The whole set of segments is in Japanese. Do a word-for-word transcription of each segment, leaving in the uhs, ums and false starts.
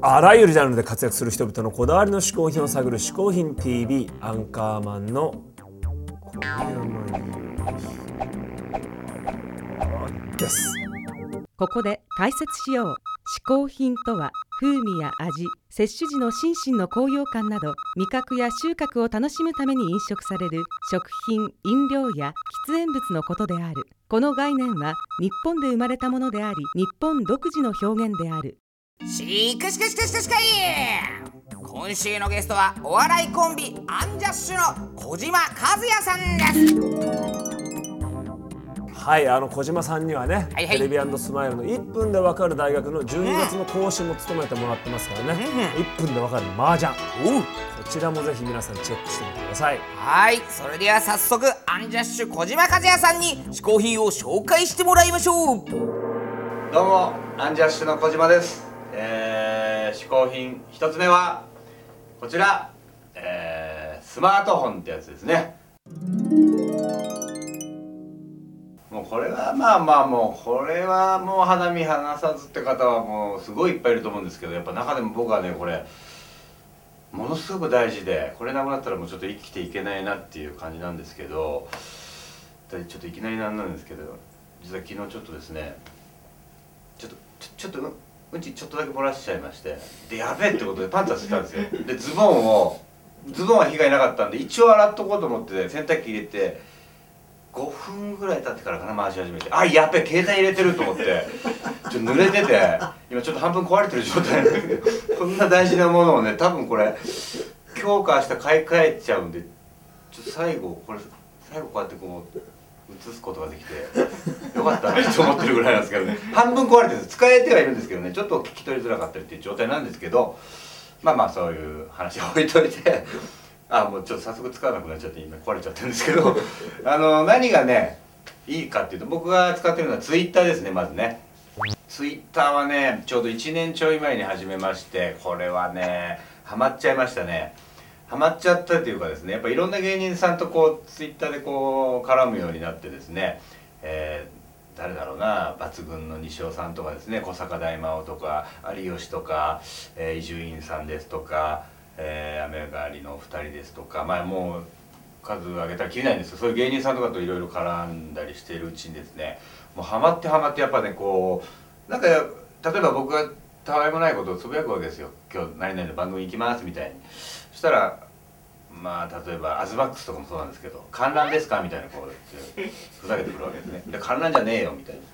あらゆるジャンルで活躍する人々のこだわりの嗜好品を探る嗜好品 ティービー アンカーマンの小宮山です。 ここで解説しよう。嗜好品とは風味や味、摂取時の心身の高揚感など味覚や収穫を楽しむために飲食される食品、飲料や喫煙物のことである。この概念は日本で生まれたものであり、日本独自の表現である。 しかしかしかしかしかい今週のゲストはお笑いコンビアンジャッシュの小島和也さんです。 はい、あの小島さんにはね、 はいはい、 テレビ&スマイルのいっぷんでわかる大学のじゅうにがつの講師も務めてもらってますからね、うん、いっぷんでわかる麻雀、こちらもぜひ皆さんチェックしてみてください。 はい、それでは早速アンジャッシュ小島和也さんに嗜好品を紹介してもらいましょう。 どうもアンジャッシュの小島です。えー、嗜好品一つ目はこちら、えー、スマートフォンってやつですね。もうこれはまあまあもうこれはもう肌身離さずって方はもうすごいいっぱいいると思うんですけど、やっぱ中でも僕はねこれものすごく大事で、これなくなったらもうちょっと生きていけないなっていう感じなんですけど、ちょっといきなりなんなんですけど、実は昨日ちょっとですねちょっとちょちょっとううんちちょっとだけ漏らしちゃいまして、でやべえってことでパンツは捨てたんですよ。でズボンをズボンは被害なかったんで一応洗っとこうと思って洗濯機入れてごふんぐらい経ってからかな回し始めて、あやっべえ携帯入れてると思ってちょっと濡れてて今ちょっと半分壊れてる状態なんですけど、こんな大事なものをね多分これ今日か明日買い替えちゃうんで、ちょっと最後これ最後こうやってこう映すことができてよかったなと思ってるぐらいなんですけどね、半分壊れてるんです。使えてはいるんですけどね、ちょっと聞き取りづらかったりっていう状態なんですけど、まあまあそういう話を置いといてあもうちょっと早速使わなくなっちゃって今壊れちゃってるんですけどあの何がねいいかっていうと、僕が使ってるのはツイッターですね。まずねツイッターはねちょうどいちねんちょい前に始めまして、これはねハマっちゃいましたね。ハマっちゃったっていうかですね、やっぱいろんな芸人さんとこうツイッターでこう絡むようになってですね、えー、誰だろうな、抜群の西尾さんとかですね、小坂大魔王とか有吉とか伊集院さんですとか、えー、雨上がりのふたりですとか、まあもう数挙げたらきりないんですけど、そういう芸人さんとかといろいろ絡んだりしているうちにですね、もうハマってハマってやっぱねこうなんか例えば僕がたわいもないことをつぶやくわけですよ。今日何々の番組行きますみたいに。そしたらまあ例えばアズマックスとかもそうなんですけど、観覧ですかみたいなこうふざけてくるわけですね。で観覧じゃねえよみたいな。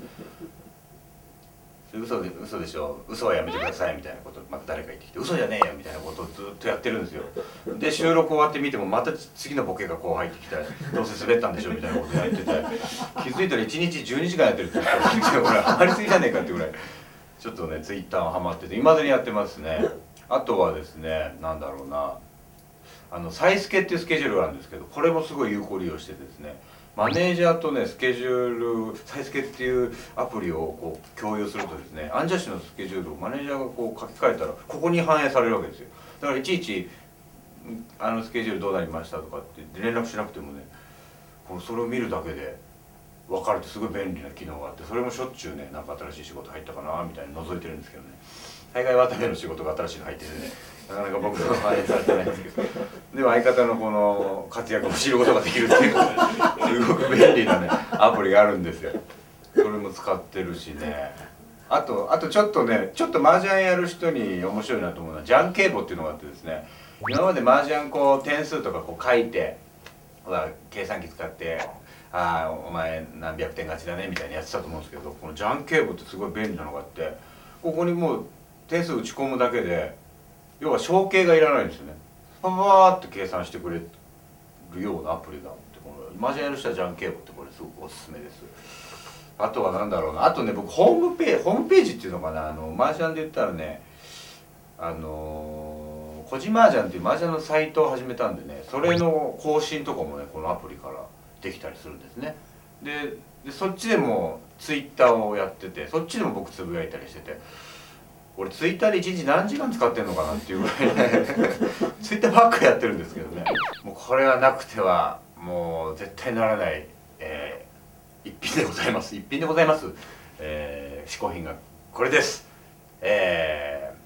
嘘で嘘でしょ、嘘はやめてくださいみたいなことまた誰か言ってきて、嘘じゃねえよみたいなことをずっとやってるんですよ。で収録終わってみてもまた次のボケがこう入ってきたり、どうせ滑ったんでしょみたいなことやってて、気づいたらいちにちじゅうにじかんやってるって言ったらこれハマりすぎじゃねえかってぐらいちょっとねツイッターはハマってていまだにやってますね。あとはですねなんだろうな、あのサイスケっていうスケジュールがあるんですけど、これもすごい有効利用しててですね、マネージャーとねスケジュールサイスケっていうアプリをこう共有するとですね、アンジャッシュのスケジュールをマネージャーがこう書き換えたらここに反映されるわけですよ。だからいちいちあのスケジュールどうなりましたとかって連絡しなくてもね、このそれを見るだけで分かるってすごい便利な機能があって、それもしょっちゅうねなんか新しい仕事入ったかなみたいに覗いてるんですけどね、大概渡部の仕事が新しいの入っててね、なかなか僕の反映されてないんですけど、でも相方のこの活躍を知ることができるっていうすごく便利なねアプリがあるんですよ。それも使ってるしね、あとあとちょっとねちょっと麻雀やる人に面白いなと思うのはジャンケイボっていうのがあってですね、今まで麻雀こう点数とかこう書いて計算機使ってああお前何百点勝ちだねみたいにやってたと思うんですけど、このジャンケイボってすごい便利なのがあって、ここにもう点数打ち込むだけで要は小計がいらないんですよね。パパーって計算してくれるようなアプリがあって、このマジやる人はジャンケイボってこれすごくおすすめです。あとは何だろうな、あとね僕ホームページホームページっていうのかな、あのマージャンで言ったらねあのー、コジマージャンっていうマージャンのサイトを始めたんでね、それの更新とかもねこのアプリからできたりするんですね。ででそっちでもツイッターをやってて、そっちでも僕つぶやいたりしてて、俺ツイッターでいちにち何時間使ってんのかなっていうぐらいねツイッターばっかやってるんですけどね、もうこれはなくてはもう絶対ならない、えー、一品でございます一品でございます、えー、嗜好品がこれです。えー、小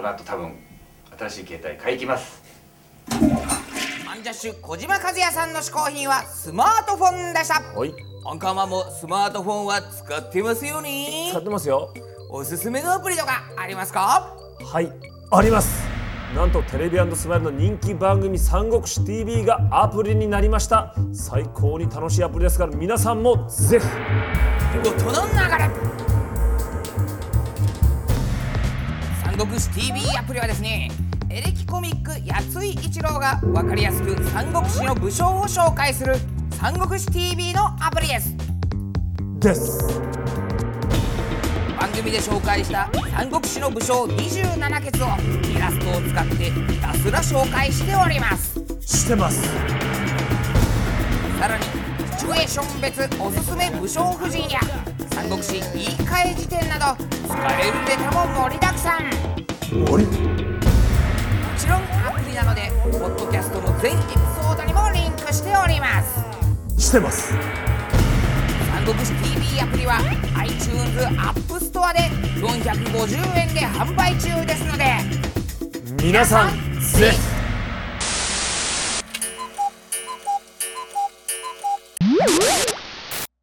の後多分新しい携帯買い行きます。 アンジャッシュ小島和也さんの嗜好品はスマートフォンでした。 はい、 アンカーマンもスマートフォンは使ってますよね。 使ってますよ。 おすすめのアプリとかありますか？ はい、あります。なんとテレビ&スマイルの人気番組三国志 ティービー がアプリになりました。最高に楽しいアプリですから皆さんもぜひ。 音の流れ三国志 ティービー アプリはですね、エレキコミックやつい一郎が分かりやすく三国志の武将を紹介する三国志 ティービー のアプリですです番組で紹介した三国志の武将にじゅうなな傑をイラストを使ってひたすら紹介しております。 してます。 さらにシチュエーション別おすすめ武将夫人や三国志言い換え辞典など使えるネタも盛りだくさん。 盛りもちろんアプリなのでポッドキャストの全エピソードにもリンクしております。 してます。 三国志 ティービー アプリは iTunes アップストアでよんひゃくごじゅうえんで販売中ですので皆さんぜひ